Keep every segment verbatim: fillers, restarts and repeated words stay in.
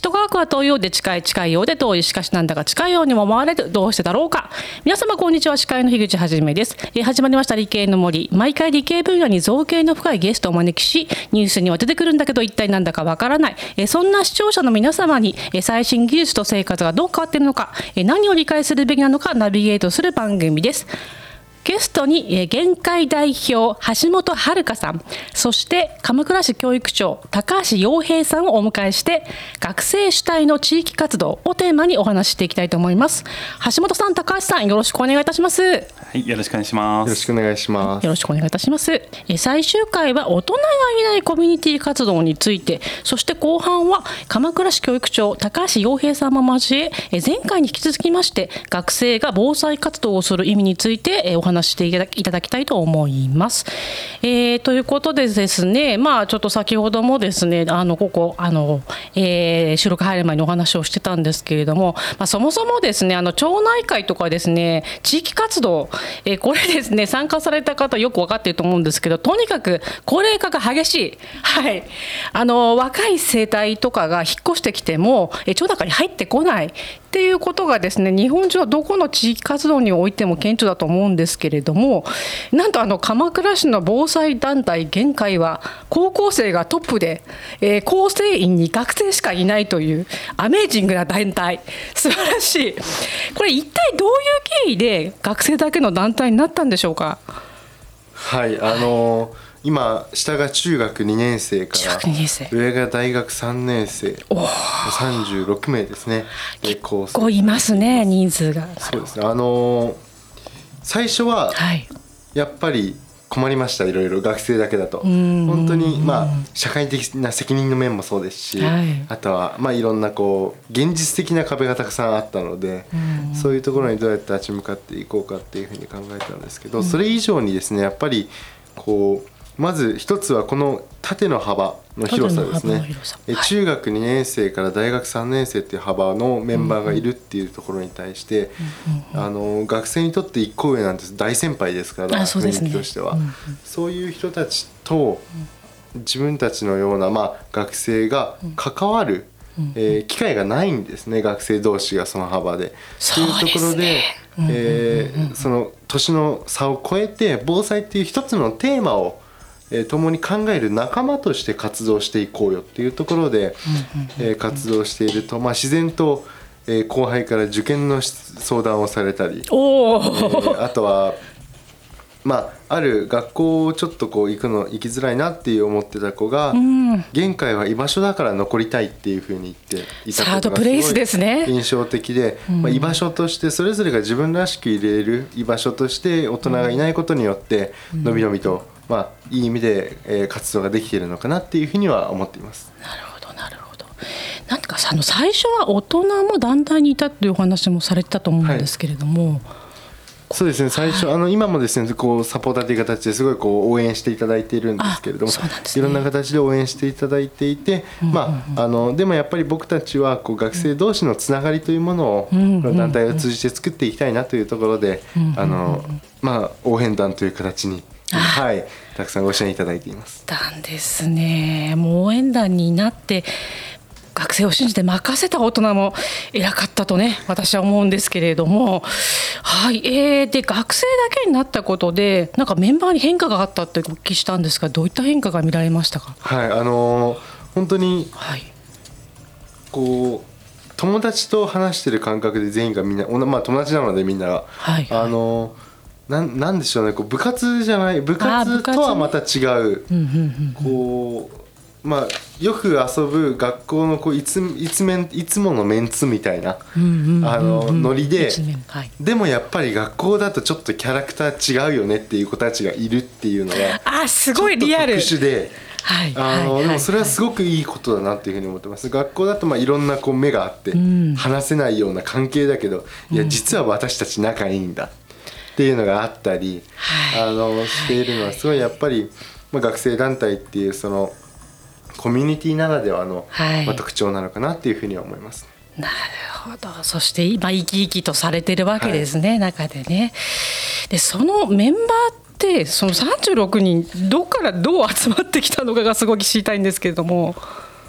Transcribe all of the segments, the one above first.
と科学は遠いようで近い、近いようで遠い、しかしなんだか近いようにも思われる、どうしてだろうか。皆様こんにちは、司会の樋口はじめです。えー、始まりました理系の森。毎回理系分野に造形の深いゲストをお招きし、ニュースには出てくるんだけど一体なんだかわからない、えー、そんな視聴者の皆様に、えー、最新技術と生活がどう変わっているのか、えー、何を理解するべきなのかナビゲートする番組です。ゲストに、えー、限界代表橋本遥さん、そして鎌倉市教育長高橋洋平さんをお迎えして、学生主体の地域活動をテーマにお話ししていきたいと思います。橋本さん、高橋さん、よろしくお願いいたします。はい、よろしくお願いします。 よろしくお願いします。 よろしくお願いいたします。えー、最終回は大人がいないコミュニティ活動について、そして後半は鎌倉市教育長高橋洋平さんも交え、えー、前回に引き続きまして学生が防災活動をする意味について、えー、お話ししていただきいただきたいと思います。えー、ということでですね、まあちょっと先ほどもですね、あのここあの、えー、収録入る前にお話をしてたんですけれども、まあ、そもそもですね、あの町内会とかですね、地域活動、えー、これですね、参加された方よく分かっていると思うんですけど、とにかく高齢化が激しい、はい、あの若い世帯とかが引っ越してきても、えー、町内会に入ってこないっていうことがですね、日本中はどこの地域活動においても顕著だと思うんですけれども、なんとあの鎌倉市の防災団体限界は高校生がトップで、えー、構成員に学生しかいないというアメージングな団体、素晴らしい。これ一体どういう経緯で学生だけの団体になったんでしょうか。 はい、あのー今下が中学にねん生から上が大学さんねん生、さんじゅうろくめいですね。 結構いますね、人数が。 そうですね、あのー、最初はやっぱり困りました。いろいろ学生だけだと本当に、まあ、社会的な責任の面もそうですし、はい、あとは、まあ、いろんなこう現実的な壁がたくさんあったので、そういうところにどうやって立ち向かっていこうかっていうふうに考えたんですけど、それ以上にですね、やっぱりこうまず一つはこの縦の幅の広さですね。はい、中学にねん生から大学さんねん生っていう幅のメンバーがいるっていうところに対して、うんうん、あの学生にとっていっこ上なんて大先輩ですから、雰囲気としては、うんうん、そういう人たちと自分たちのような、まあ、学生が関わる、うんえー、機会がないんですね、学生同士がその幅で。というところで、えー、その年の差を超えて防災っていう一つのテーマをえー、共に考える仲間として活動していこうよっていうところで、えー、活動していると、まあ、自然と、えー、後輩から受験の相談をされたり、 お、 えー、あとは、まあ、ある学校をちょっとこう行くの行きづらいなっていう思ってた子が、うん、限界は居場所だから残りたいっていうふうに言っていたことがすごい印象的で、まあ、居場所としてそれぞれが自分らしく入れる居場所として大人がいないことによってのびのびと、まあ、いい意味で、えー、活動ができているのかなっていうふうには思っています。 なるほどなるほど。なんかあの最初は大人も団体にいたというお話もされてたと思うんですけれども、はい、 そうですね、最初、はい、あの今もですねこうサポーターという形ですごいこう応援していただいているんですけれども、ね、いろんな形で応援していただいていて、まあ、あのでもやっぱり僕たちはこう学生同士のつながりというものを、うん、この団体を通じて作っていきたいなというところで、うん、あのまあ、応援団という形に、はい、たくさんご支援いただいています。 団ですね。もう応援団になって学生を信じて任せた大人も偉かったとね、私は思うんですけれども、はい、えー、で学生だけになったことでなんかメンバーに変化があったってお聞きしたんですが、どういった変化が見られましたか。 はい、あのー、本当に、はい、こう友達と話してる感覚で全員がみんな、まあ、友達なのでみんなが、はいはい、あのー、な, なんでしょうね、こう部活じゃない部活とはまた違う、こうまあ、よく遊ぶ学校のこうい つ, い, つめいつものメンツみたいなノリで、はい、でもやっぱり学校だとちょっとキャラクター違うよねっていう子たちがいるっていうのがあすごいリアル特殊で、はいあのはい、でもそれはすごくいいことだなっていうふうに思ってます。学校だとまあいろんなこう目があって、うん、話せないような関係だけど、いや実は私たち仲いいんだっていうのがあったり、はい、あのしているのはすごいやっぱり、まあ、学生団体っていうそのコミュニティならではの、はいまあ、特徴なのかなっていうふうには思います。 なるほど。そして今生き生きとされてるわけですね、はい、中でね。でそのメンバーってそのさんじゅうろくにんどこからどう集まってきたのかがすごく知りたいんですけれども。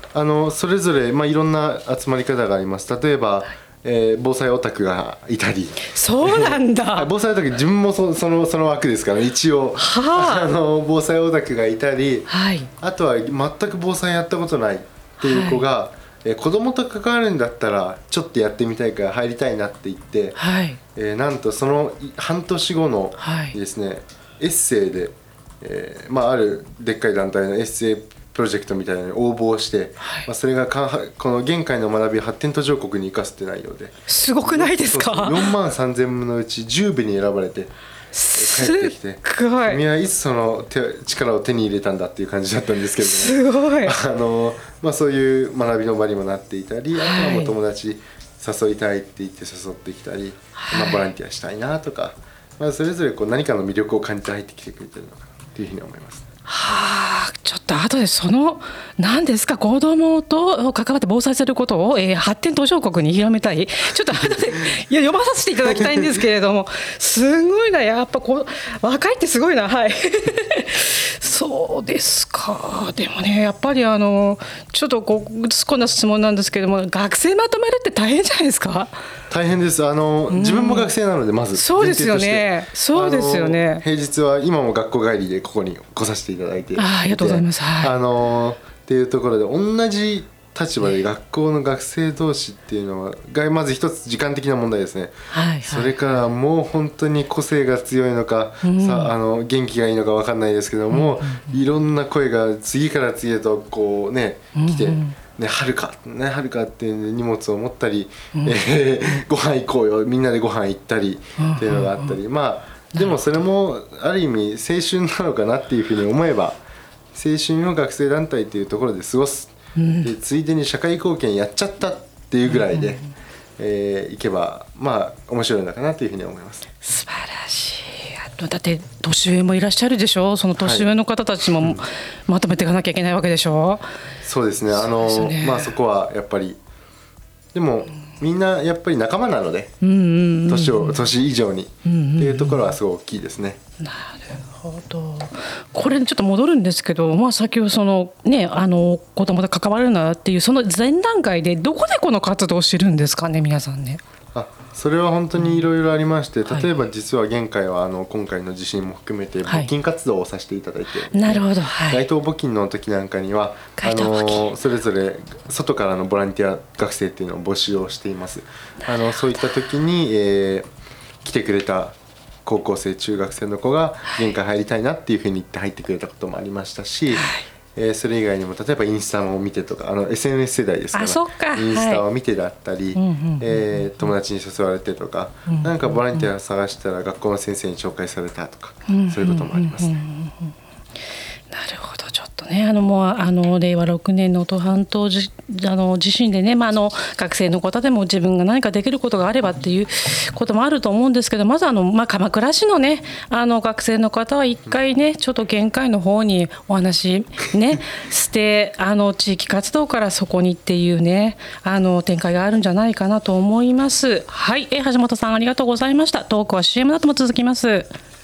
あのそれぞれ、まあ、いろんな集まり方があります。例えば、えー、防災オタクがいたり。 そうなんだ防災オタク、自分も そ, そ, のその枠ですから、ね、一応、はあ、あの防災オタクがいたり、はい、あとは全く防災やったことないっていう子が、はい、えー、子供と関わるんだったらちょっとやってみたいから入りたいなって言って、はい、えー、なんとその半年後のですね、はい、エッセイで、えーまあ、あるでっかい団体のエッセイプロジェクトみたいなのに応募して、はい、まあ、それがかこの現界の学びを発展途上国に生かすって内容で、 すごくないですか。 そうそう、よんまんさんぜんぶのうちじゅうぶに選ばれて帰ってきて、君はいつその手力を手に入れたんだっていう感じだったんですけれども、すごいあの、まあ、そういう学びの場にもなっていたり、はい、あとはもう友達誘いたいって言って誘ってきたり、はい、まあ、ボランティアしたいなとか、まあ、それぞれこう何かの魅力を感じて入ってきてくれてるのかなというふうに思います。 はあ、ちょっと後でその何ですか、子どもと関わって防災することを、えー、発展途上国に広めたい、ちょっと後でいや読まさせていただきたいんですけれどもすごいな、やっぱこう若いってすごいな。はいそうですか。でもね、やっぱりあのちょっとこう突っ込んだ質問なんですけども、学生まとめるって大変じゃないですか。 大変です。あの、うん、自分も学生なので、まずそうですよね。そうですよね。 平日は今も学校帰りでここに来させていただいていて、 あ, ありがとうございます、はい、 あのっていうところで同じ立場で学校の学生同士っていうのはがまず一つ時間的な問題ですね、はいはい、それからもう本当に個性が強いのか、うん、さあの元気がいいのか分かんないですけども、うん、いろんな声が次から次へとこうね来て、うんね、春か、ね、春かっていう荷物を持ったり、うん、えー、ご飯行こうよ、みんなでご飯行ったりっていうのがあったり、まあでもそれもある意味青春なのかなっていうふうに思えば、青春を学生団体っていうところで過ごす、うん、でついでに社会貢献やっちゃったっていうぐらいで、うん、えー、いけばまあ面白いのかなというふうに思います。 素晴らしい。だって年上もいらっしゃるでしょ。その年上の方たちも、はい、まとめていかなきゃいけないわけでしょ。 そうですね。あの、ね、まあそこはやっぱりでもみんなやっぱり仲間なので、うんうんうん、年を年以上に、うんうんうん、っていうところはすごい大きいですね。 なるほど。これちょっと戻るんですけど、まあ、先ほどその、ね、あの子供と関わるなっていうその前段階でどこでこの活動をしてるんですかね、皆さんね。 あ、それは本当にいろいろありまして、例えば実は現回はあの今回の地震も含めて募金活動をさせていただいて、はい、 なるほど、はい、 街頭募金の時なんかにはあのそれぞれ外からのボランティア学生っていうのを募集をしています。あのそういった時に、えー、来てくれた高校生中学生の子が現回入りたいなっていうふうに言って入ってくれたこともありましたし、はい、えー、それ以外にも例えばインスタを見てとか、あの エスエヌエス 世代ですから、 かインスタを見てだったり、はい、えー、友達に誘われてとか、うんうんうん、なんかボランティアを探したら学校の先生に紹介されたとか、うんうんうんうん、そういうこともありますね。 なるほど。ちょっとね、あのもうあのれいわろくねんの能登半島じあの地震でね、まあ、あの学生の方でも自分が何かできることがあればっていうこともあると思うんですけど、まずあの、まあ、鎌倉市のね、あの学生の方は一回ね、ちょっと限界の方にお話ねしてあの地域活動からそこにっていうね、あの展開があるんじゃないかなと思います。はい、え橋本さんありがとうございました。トークは シーエム の後も続きます。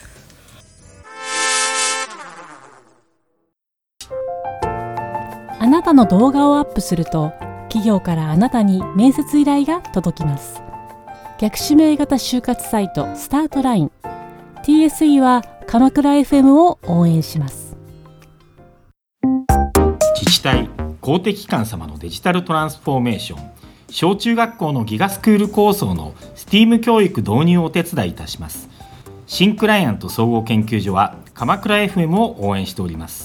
あなたの動画をアップすると企業からあなたに面接依頼が届きます。逆指名型就活サイトスタートライン ティーエスイー は鎌倉 エフエム を応援します。 自治体公的機関様のデジタルトランスフォーメーション、小中学校のギガスクール構想の スティーム 教育導入をお手伝いいたします。新クライアント総合研究所は鎌倉 エフエム を応援しております。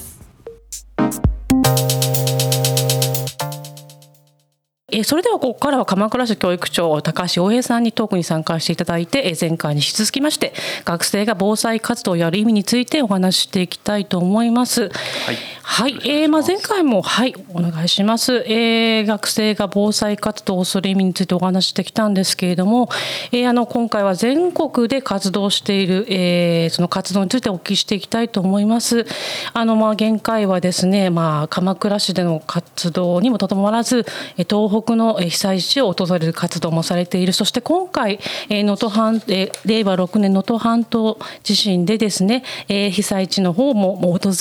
それではここからは鎌倉市教育長高橋洋平さんにトークに参加していただいて、前回に引き続きまして学生が防災活動をやる意味についてお話ししていきたいと思います。はい、はい、えーまあ、前回もはいお願いします。えー、学生が防災活動をする意味についてお話ししてきたんですけれども、えー、あの今回は全国で活動している、えー、その活動についてお聞きしていきたいと思います。あのまあ現回はですね、まあ、鎌倉市での活動にもとどまらず東北の被災地を訪れる活動もされている。そして今回能登半れいわろくねん能登半島地震でですね、被災地の方も訪れた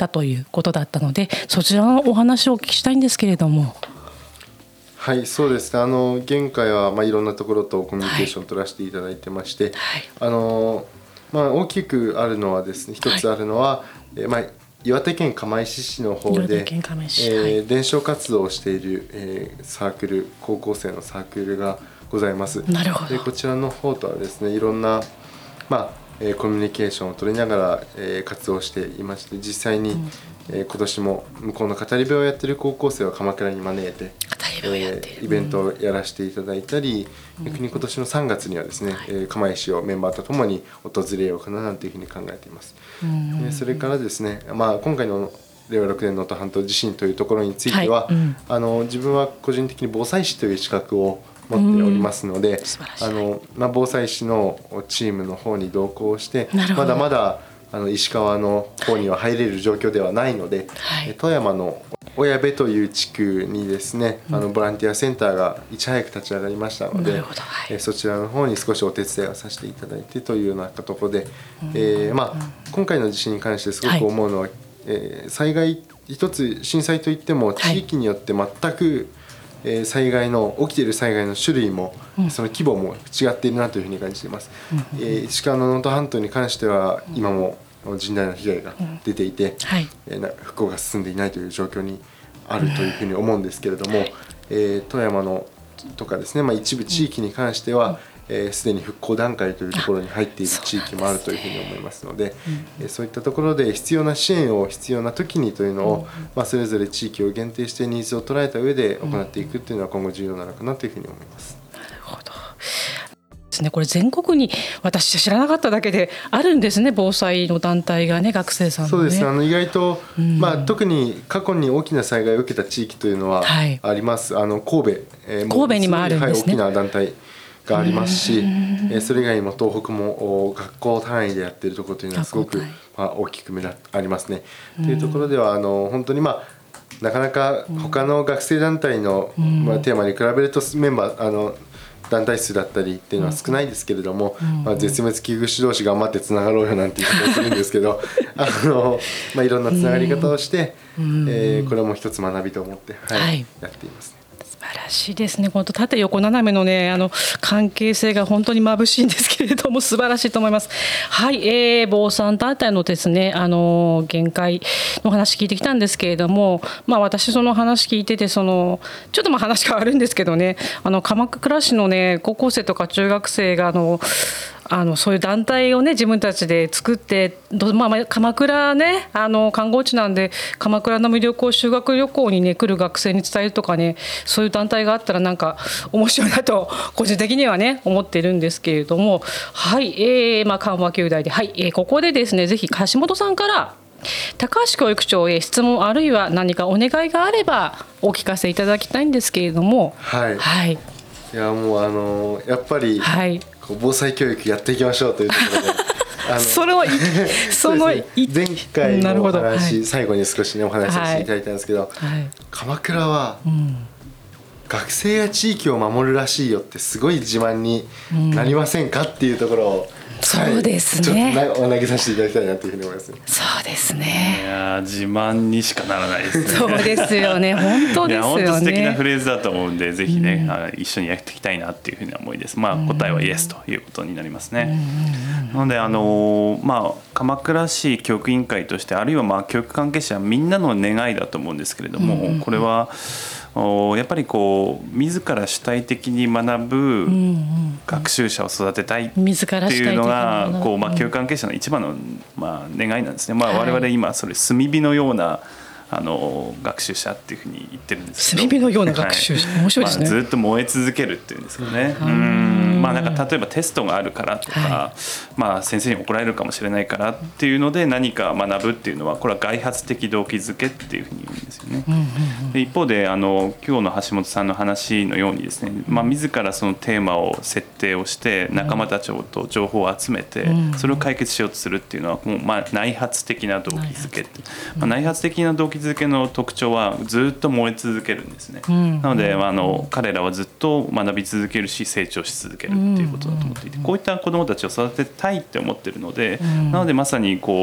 たということだったので、そちらのお話をお聞きしたいんですけれども。 はい、そうですね。あの現回はまあいろんなところとコミュニケーションを取らせていただいてまして、はい、あのまあ、大きくあるのはですね、一つあるのは、はい、えまあ、岩手県釜石市の方で、えー、伝承活動をしている、えー、サークル、高校生のサークルがございます。 なるほど。 でこちらの方とはですね、いろんな、まあえー、コミュニケーションを取りながら、えー、活動していまして、実際に、うん、えー、今年も向こうの語り部をやっている高校生を鎌倉に招いて、えー、イベントをやらせていただいたり、うん、逆に今年のさんがつにはですね、はい、えー、釜石をメンバーとともに訪れようかななんていうふうに考えています。うん、えー、それからですね、まあ、今回のれいわろくねん能登半島地震というところについては、はい、うん、あの自分は個人的に防災士という資格を持っておりますので、あの、まあ、防災士のチームの方に同行して、まだまだあの石川の方には入れる状況ではないので、はい、富山の小矢部という地区にですね、うん、あのボランティアセンターがいち早く立ち上がりましたので、はい、そちらの方に少しお手伝いをさせていただいてというようなところで、うん、えーまあ、今回の地震に関してすごく思うのは、はい、えー、災害一つ震災といっても地域によって全く、はい、えー、災害の起きている災害の種類も、うん、その規模も違っているなというふうに感じています。うん、えー、石川の能登半島に関しては今も甚大な被害が出ていて、うん、はい、えー、復興が進んでいないという状況にあるというふうに思うんですけれども、うん、えー、富山のとかですね、まあ、一部地域に関しては、うん、えー、すでに復興段階というところに入っている地域もあるというふうに思いますので、そう、そういったところで必要な支援を必要な時にというのを、うん、まあ、それぞれ地域を限定してニーズを捉えた上で行っていくというのは今後重要なのかなというふうに思います。 なるほどですね、これ全国に私知らなかっただけであるんですね、防災の団体がね、学生さんのね。 そうですね、あの意外と、うん、まあ、特に過去に大きな災害を受けた地域というのはあります。はい、あの神戸、えー、 神戸にもあるんですね。 はい、大きな団体がありますし、えー、それ以外にも東北も学校単位でやっているところというのはすごく、まあ、大きく目立ありますね。というところではあの本当に、まあ、なかなか他の学生団体の、まあ、テーマに比べるとメンバーあの団体数だったりっていうのは少ないですけれども、うん、まあ、絶滅危惧種同士頑張ってつながろうよなんて言い方をするんですけどあの、まあ、いろんなつながり方をして、うん、えー、これも一つ学びと思って、はいはい、やっていますね。 素晴らしいですね。本当縦横斜めのね、あの関係性が本当に眩しいんですけれども、素晴らしいと思います。はい、えー、防災団体のですね、あの限界の話聞いてきたんですけれども、まあ、私その話聞いてて、そのちょっとまあ話変わるんですけどね、あの鎌倉市のね高校生とか中学生があのあのそういう団体をね自分たちで作って、まあ、鎌倉ね、あの観光地なんで鎌倉の魅力を修学旅行にね来る学生に伝えるとかね、そういう団体があったらなんか面白いなと個人的にはね思ってるんですけれども、はい、えー、まあ緩和球大で、はい、えー、ここでですねぜひ橋本さんから高橋教育長へ質問あるいは何かお願いがあればお聞かせいただきたいんですけれども。 はい、 はい、 いやもうあのやっぱり、はい、防災教育やっていきましょうというところであのそれをそのね、前回のお話、はい、最後に少しねお話しさせていただいたんですけど、はい、鎌倉は、うん、学生や地域を守るらしいよってすごい自慢になりませんか、うん、っていうところを、 そうですね、 はい、ちょっとお投げさせていただきたいなというふうに思います、ね、 そうですね。 いや自慢にしかならないですね。 そうですよね、本当ですよね。いや本当素敵なフレーズだと思うんで、ぜひね、うん、一緒にやっていきたいなっていうふうな思いです。まあ、答えはイエスということになりますね。なのであの、まあ、鎌倉市教育委員会として、あるいはまあ教育関係者みんなの願いだと思うんですけれども、うんうん、これはやっぱりこう自ら主体的に学ぶ学習者を育てたいっていうのがこう、まあ、教育関係者の一番のまあ願いなんですね。まあ、我々今それ炭火のようなあの学習者っていうふうに言ってるんですけど、 炭火のような学習者、はい、面白いですね。 まあ、ずっと燃え続けるっていうんですかね。うん、まあ、なんか例えばテストがあるからとか、はい、まあ、先生に怒られるかもしれないからっていうので何か学ぶっていうのは、これは外発的動機づけっていうふうに言うんですよね。うんうんうん、で一方であの今日の橋本さんの話のようにですね、まあ、自らそのテーマを設定をして仲間たちと情報を集めてそれを解決しようとするっていうのはもうまあ内発的な動機づけって、まあ、内発的な動機づけの特徴はずっと燃え続けるんですね。うん、なので、まあ、あの彼らはずっと学び続けるし成長し続けるっていうことだと思っていて、こういった子どもたちを育てたいって思ってるので、なのでまさにこう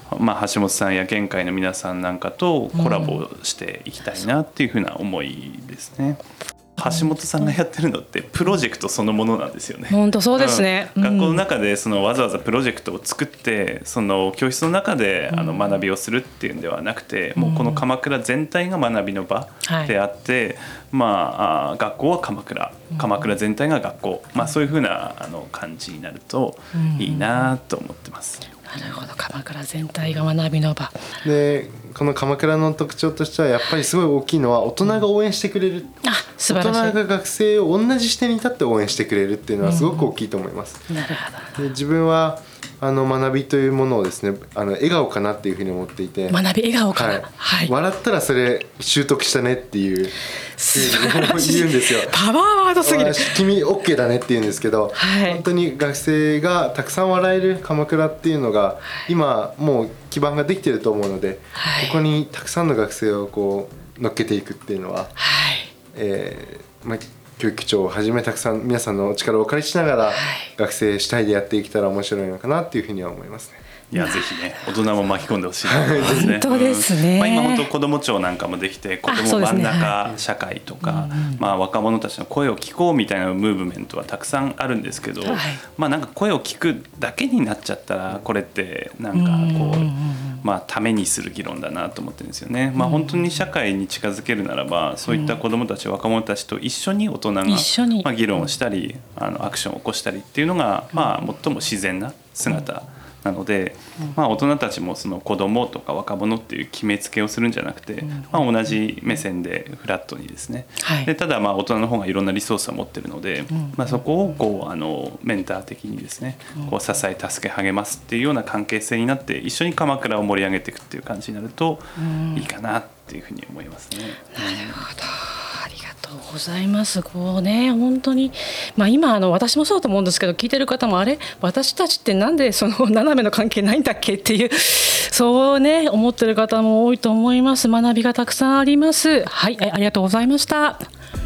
まあ、橋本さんや玄海の皆さんなんかとコラボしていきたいなっていうふうな思いですね。橋本さんがやってるのってプロジェクトそのものなんですよね。 本当そうですね、 うん、学校の中でそのわざわざプロジェクトを作ってその教室の中であの学びをするっていうんではなくて、もうこの鎌倉全体が学びの場であって、はい、まあ、学校は鎌倉、鎌倉全体が学校、まあ、そういうふうなあの感じになるといいなと思ってます。 なるほど、鎌倉全体が学びの場で、この鎌倉の特徴としてはやっぱりすごい大きいのは大人が応援してくれる、 あ、素晴らしい。 大人が学生を同じ視点に立って応援してくれるっていうのはすごく大きいと思います、 うん、なるほど。 で、自分はあの学びというものをですね、あの笑顔かなっていうふうに思っていて、 学び笑顔かな、 はいはい、 笑ったらそれ習得したねっていう言うんですよ。 パワーワードすぎる。 君 OK だねって言うんですけど、 はい、 本当に学生がたくさん笑える鎌倉っていうのが今もう基盤ができてると思うので、はい、ここにたくさんの学生をこう乗っけていくっていうのは、はい、えーまあ、教育長をはじめたくさん皆さんのお力をお借りしながら、はい、学生主体でやっていけたら面白いのかなっていうふうには思いますね。 いや、ぜひね、大人も巻き込んでほしいですね。 本当ですね、 うん、まあ、今本当子ども庁なんかもできて、子ども真ん中社会とか、ね、はい、まあ、若者たちの声を聞こうみたいなムーブメントはたくさんあるんですけど、はい、まあ、なんか声を聞くだけになっちゃったらこれってなんかこう、まあ、ためにする議論だなと思ってるんですよね。まあ、本当に社会に近づけるならば、そういった子どもたち、若者たちと一緒に大人がまあ議論をしたり、あのアクションを起こしたりっていうのが、まあ、最も自然な姿なので、まあ、大人たちもその子どもとか若者っていう決めつけをするんじゃなくて、まあ、同じ目線でフラットにですね、はい、でただまあ大人の方がいろんなリソースを持ってるので、まあ、そこをこうあのメンター的にですね、こう支え助け励ますっていうような関係性になって、一緒に鎌倉を盛り上げていくっていう感じになるといいかなっていうふうに思いますね。 なるほど、ありがとうございます。こうね、本当に、まあ、今あの私もそうだと思うんですけど、聞いてる方もあれ、私たちってなんでその斜めの関係ないんだっけっていう、そうね思ってる方も多いと思います。学びがたくさんあります。はい、ありがとうございました。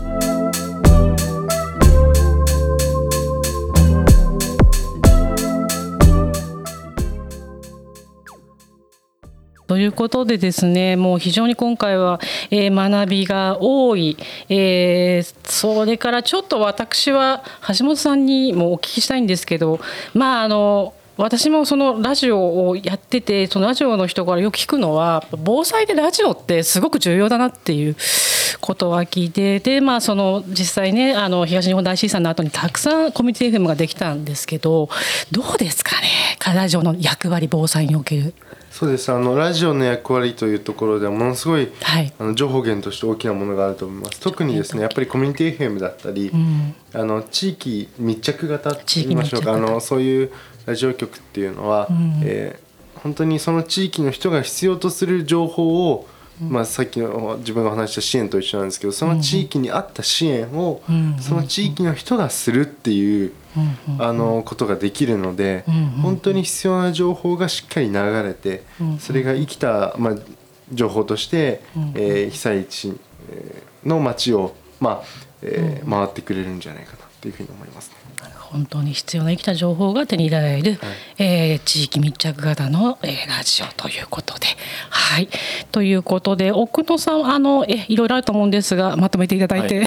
ということでですね、もう非常に今回は、えー、学びが多い、えー、それからちょっと私は橋本さんにもお聞きしたいんですけど、まああの私もそのラジオをやってて、そのラジオの人からよく聞くのは、防災でラジオってすごく重要だなっていうことは聞いて、で、まあ、その実際ね、あの東日本大震災の後にたくさんコミュニティ エフエム ができたんですけど、どうですかね、ラジオの役割、防災における。 そうです、あのラジオの役割というところではものすごい、はい、あの情報源として大きなものがあると思います。特にですね、やっぱりコミュニティ エフエム だったり、うん、あの地域密着型と言いましょうか、あのそういうラジオ局っていうのは、うん、えー、本当にその地域の人が必要とする情報を、うん、まあ、さっきの自分が話した支援と一緒なんですけど、その地域に合った支援を、うん、その地域の人がするっていう、うん、あのことができるので、うん、本当に必要な情報がしっかり流れて、うん、それが生きた、まあ、情報として、うん、えー、被災地の街を、まあえー、回ってくれるんじゃないかなというふうに思いますね。 本当に必要な生きた情報が手に入れられる、はい、えー、地域密着型の、えー、ラジオということで、はい、ということで奥野さん、あのえいろいろあると思うんですがまとめていただいて、はい、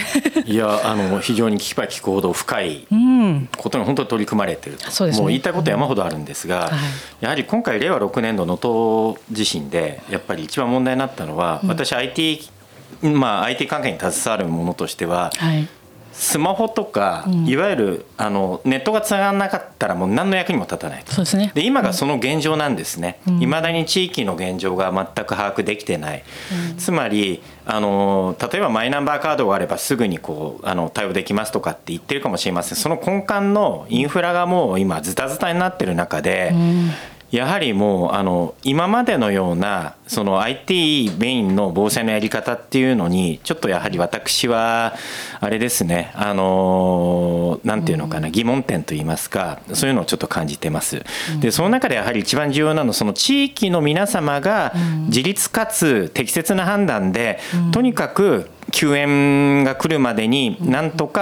いやあの非常に聞けば聞くほど深いことに本当に取り組まれていると、うん、もう言いたいことは山ほどあるんですが、うん、やはり今回れいわろくねんど能登地震でやっぱり一番問題になったのは、うん、私 アイティー、まあ、アイティー 関係に携わるものとしては、はい、スマホとか、うん、いわゆるあのネットがつながらなかったらもう何の役にも立たないと。 そうですね。 で今がその現状なんですね。いま、うん、だに地域の現状が全く把握できてない、うん、つまりあの例えばマイナンバーカードがあればすぐにこうあの対応できますとかって言ってるかもしれません。その根幹のインフラがもう今ズタズタになってる中で、うん、やはりもうあの今までのようなその アイティー メインの防災のやり方っていうのにちょっとやはり私はあれですね、あのなんていうのかな、疑問点といいますか、そういうのをちょっと感じてます。でその中でやはり一番重要なのはその地域の皆様が自立かつ適切な判断でとにかく救援が来るまでになんとか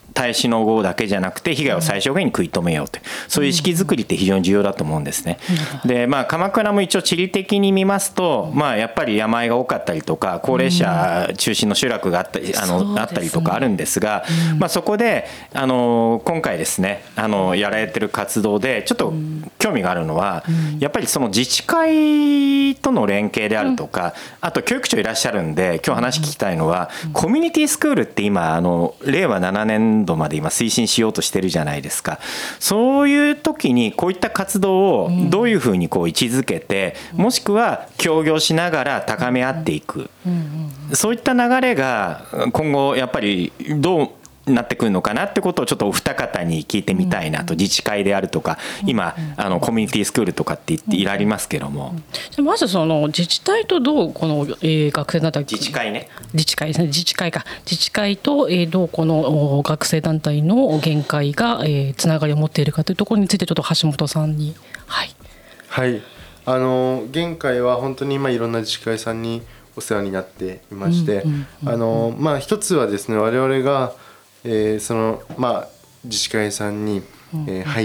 耐えしのごうだけじゃなくて被害を最小限に食い止めようという、そういう意識づくりって非常に重要だと思うんですね。で、まあ、鎌倉も一応地理的に見ますと、まあ、やっぱり山あいが多かったりとか高齢者中心の集落があったり、あのあったりとかあるんですが、まあ、そこであの今回ですねあのやられてる活動でちょっと興味があるのは、やっぱりその自治会との連携であるとか、あと教育長いらっしゃるんで今日話聞きたいのは、コミュニティスクールって今あのれいわななねんどまで今推進しようとしてるじゃないですか。そういう時にこういった活動をどういうふうにこう位置づけて、もしくは協業しながら高め合っていく、そういった流れが今後やっぱりどうなってくるのかなってことをちょっとお二方に聞いてみたいなと。自治会であるとか今あのコミュニティスクールとかって言っていられますけども、 じゃまずその自治体とどうこの、えー、学生団体自治会ね自治会ですね自治会か自治会と、えー、どうこの学生団体の限界が、えー、つながりを持っているかというところについてちょっと橋本さんに。はい、 はい、あの限界は本当に今いろんな自治会さんにお世話になっていまして、あのまあ一つはですね我々がえー、そのまあ自治会さんに、えー、入って、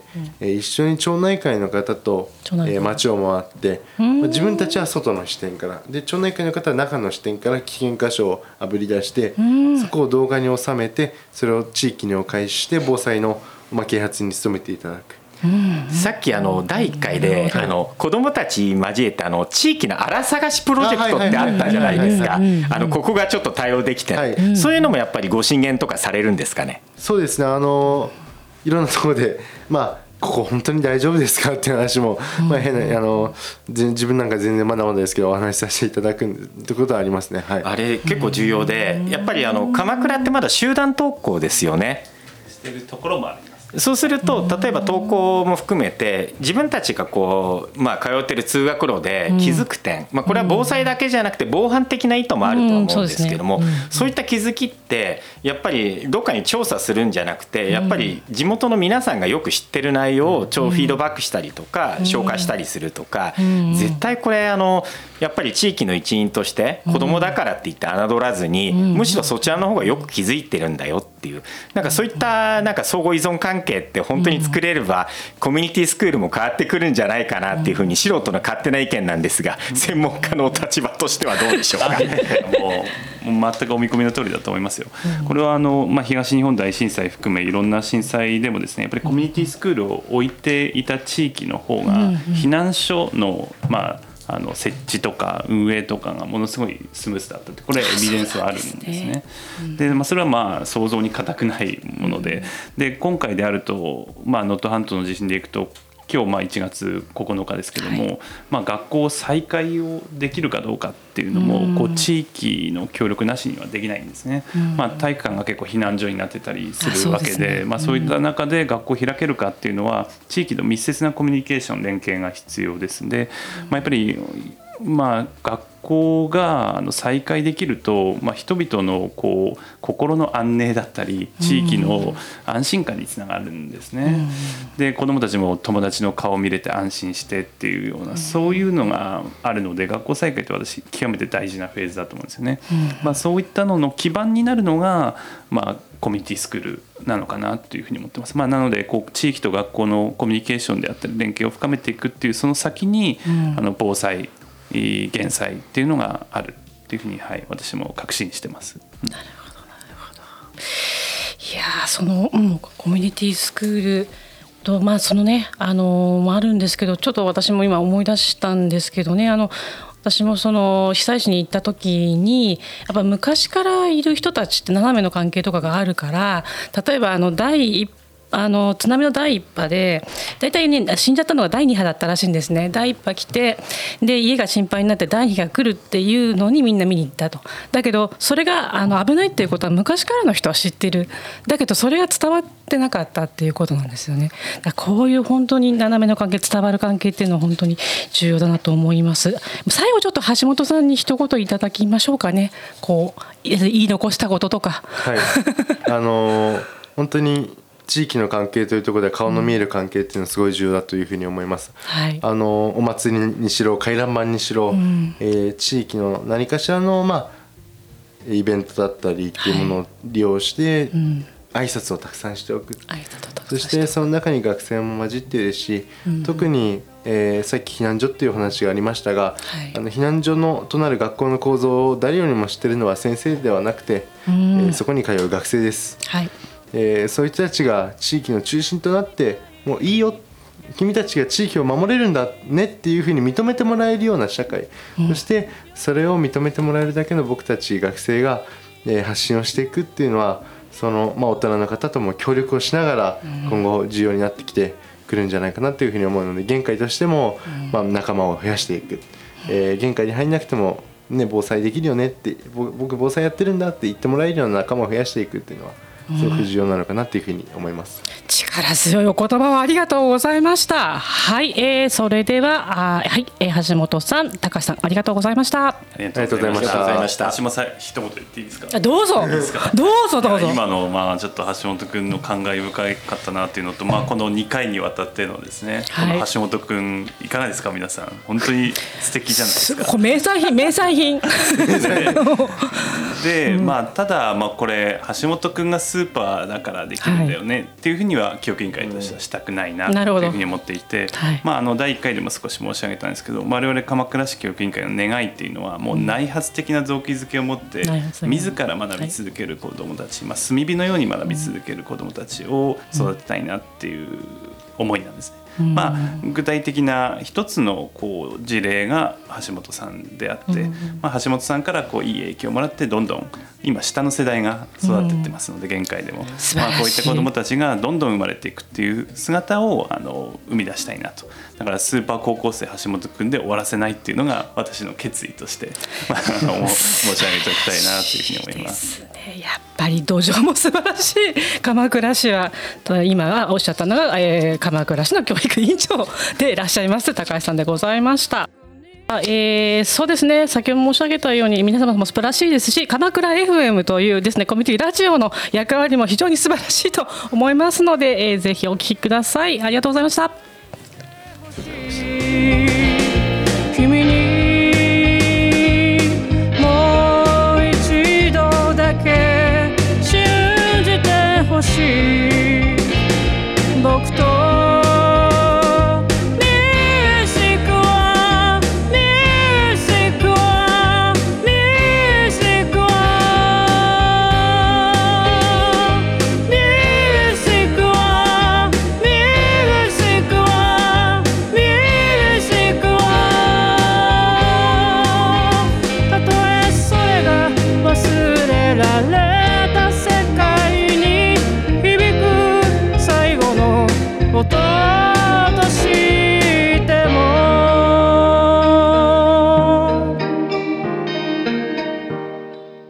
えー、一緒に町内会の方と、えー、町を回って、まあ、自分たちは外の視点からで町内会の方は中の視点から危険箇所をあぶり出してそこを動画に収めてそれを地域にお返しして防災の、まあ、啓発に努めていただく。 さっきあのだいいっかいであの子どもたち交えてあの地域のあら探しプロジェクトってあったじゃないですか。あのここがちょっと対応できてない、はい、そういうのもやっぱりご進言とかされるんですかね。 そうですね、あのいろんなところでまあここ本当に大丈夫ですかっていう話も、まあ、変なあの自分なんか全然まだまだですけどお話しさせていただくってことはありますね、はい、 あれ結構重要でやっぱりあの鎌倉ってまだ集団登校ですよね。 してるところもあります。 そうすると例えば登校も含めて自分たちがこう、まあ、通ってる通学路で気づく点、まあ、これは防災だけじゃなくて防犯的な意図もあると思うんですけども、そういった気づきってやっぱりどっかに調査するんじゃなくてやっぱり地元の皆さんがよく知ってる内容を超フィードバックしたりとか紹介したりするとか、絶対これあのやっぱり地域の一員として子どもだからって言って侮らずにむしろそちらの方がよく気づいてるんだよっていうなんかそういったなんか相互依存関係って本当に作れればコミュニティスクールも変わってくるんじゃないかなっていうふうに素人の勝手な意見なんですが専門家のお立場としてはどうでしょうか。 もうもう全くお見込みの通りだと思いますよ。これはあの、まあ、東日本大震災含めいろんな震災でもですねやっぱりコミュニティスクールを置いていた地域の方が避難所のまああの設置とか運営とかがものすごいスムースだったってこれエビデンスはあるんですね。で、まあ、それはまあ想像に難くないもので、で今回であるとまあ能登半島の地震でいくと今日まあいちがつここのかですけども、はいまあ、学校再開をできるかどうかっていうのもこう地域の協力なしにはできないんですね。まあ、体育館が結構避難所になってたりするわけ で, で、ねまあ、そういった中で学校を開けるかっていうのは地域の密接なコミュニケーション連携が必要ですので、まあ、やっぱりまあ、学校が再開できると、まあ、人々のこう心の安寧だったり地域の安心感につながるんですね。で子どもたちも友達の顔を見れて安心してっていうようなそういうのがあるので学校再開って私極めて大事なフェーズだと思うんですよね。まあ、そういったのの基盤になるのが、まあ、コミュニティスクールなのかなというふうに思ってます。まあ、なのでこう地域と学校のコミュニケーションであったり連携を深めていくっていうその先に、あの防災減災っていうのがあるっていうふうに、はい、私も確信してます。なるほどなるほど。いやその、うん、コミュニティスクールとまあそのねあのもあるんですけどちょっと私も今思い出したんですけどねあの私もその被災地に行った時にやっぱ昔からいる人たちって斜めの関係とかがあるから例えばあの第一あの津波の第一波で大体ね死んじゃったのがだいに波だったらしいんですね。第一波来てで家が心配になってだいに波が来るっていうのにみんな見に行ったと。だけどそれがあの危ないっていうことは昔からの人は知ってる。だけどそれが伝わってなかったっていうことなんですよね。だからこういう本当に斜めの関係伝わる関係っていうのは本当に重要だなと思います。最後ちょっと橋本さんに一言いただきましょうかね。こう言い残したこととか。 はい、あの本当に地域の関係というところで顔の見える関係っていうのはすごい重要だというふうに思います。はい、あのお祭りにしろ回覧板にしろ、うんえー、地域の何かしらの、まあ、イベントだったりっていうものを利用して、はいうん挨拶をたくさんしておく。そしてその中に学生も混じっているし、うん、特に、えー、さっき避難所っていうお話がありましたが、はい、あの避難所のとなる学校の構造を誰よりも知っているのは先生ではなくて、うん、えー、そこに通う学生です、はい、えー、そういう人たちが地域の中心となって、もういいよ、君たちが地域を守れるんだねっていうふうに認めてもらえるような社会、うん、そしてそれを認めてもらえるだけの僕たち学生が、えー、発信をしていくっていうのは、その、まあ、大人の方とも協力をしながら今後重要になってきてくるんじゃないかなというふうに思うので、玄海としても、まあ、仲間を増やしていく、えー、玄海に入んなくても、ね、防災できるよねって、僕防災やってるんだって言ってもらえるような仲間を増やしていくっていうのはすごく重要なのかなというふうに思います。 力強いお言葉をありがとうございました。はい、えー、それではあ、はい、えー、橋本さん、高橋さん、ありがとうございました。 ありがとうございました。橋本さん、一言言っていいですか。 どうぞどうぞどうぞ。 今の、まあ、ちょっと橋本君の感慨深かったなっていうのと、まあ、このにかいにわたってのですね、はい、この橋本君いかがですか。皆さん本当に素敵じゃないですか。 名産品名産品で、うん、まあ、ただ、まあ、これ橋本君がスーパーだからできるんだよね、はい、っていうふうには教育委員会としてはしたくないなというふうに思っていて、はい、まあ、あのだいいっかいでも少し申し上げたんですけど、我々鎌倉市教育委員会の願いっていうのはもう内発的な動機づけを持って自ら学び続ける子どもたち、まあ、炭火のように学び続ける子どもたちを育てたいなっていう思いなんですね。まあ、具体的な一つのこう事例が橋本さんであって、まあ、橋本さんからこういい影響をもらってどんどん今下の世代が育っていってますので、玄海でも、まあ、こういった子どもたちがどんどん生まれていくっていう姿をあの生み出したいなと。だからスーパー高校生橋本くんで終わらせないっていうのが私の決意として、まあ、申し上げておきたいなというふうに思います。 やっぱり土壌も素晴らしい鎌倉市は、今おっしゃったのが、えー、鎌倉市の教育委員長でいらっしゃいます高橋さんでございました。えー、そうですね、先ほど申し上げたように皆様も素晴らしいですし、鎌倉 エフエム というですねコミュニティラジオの役割も非常に素晴らしいと思いますので、えー、ぜひお聞きください。ありがとうございました。君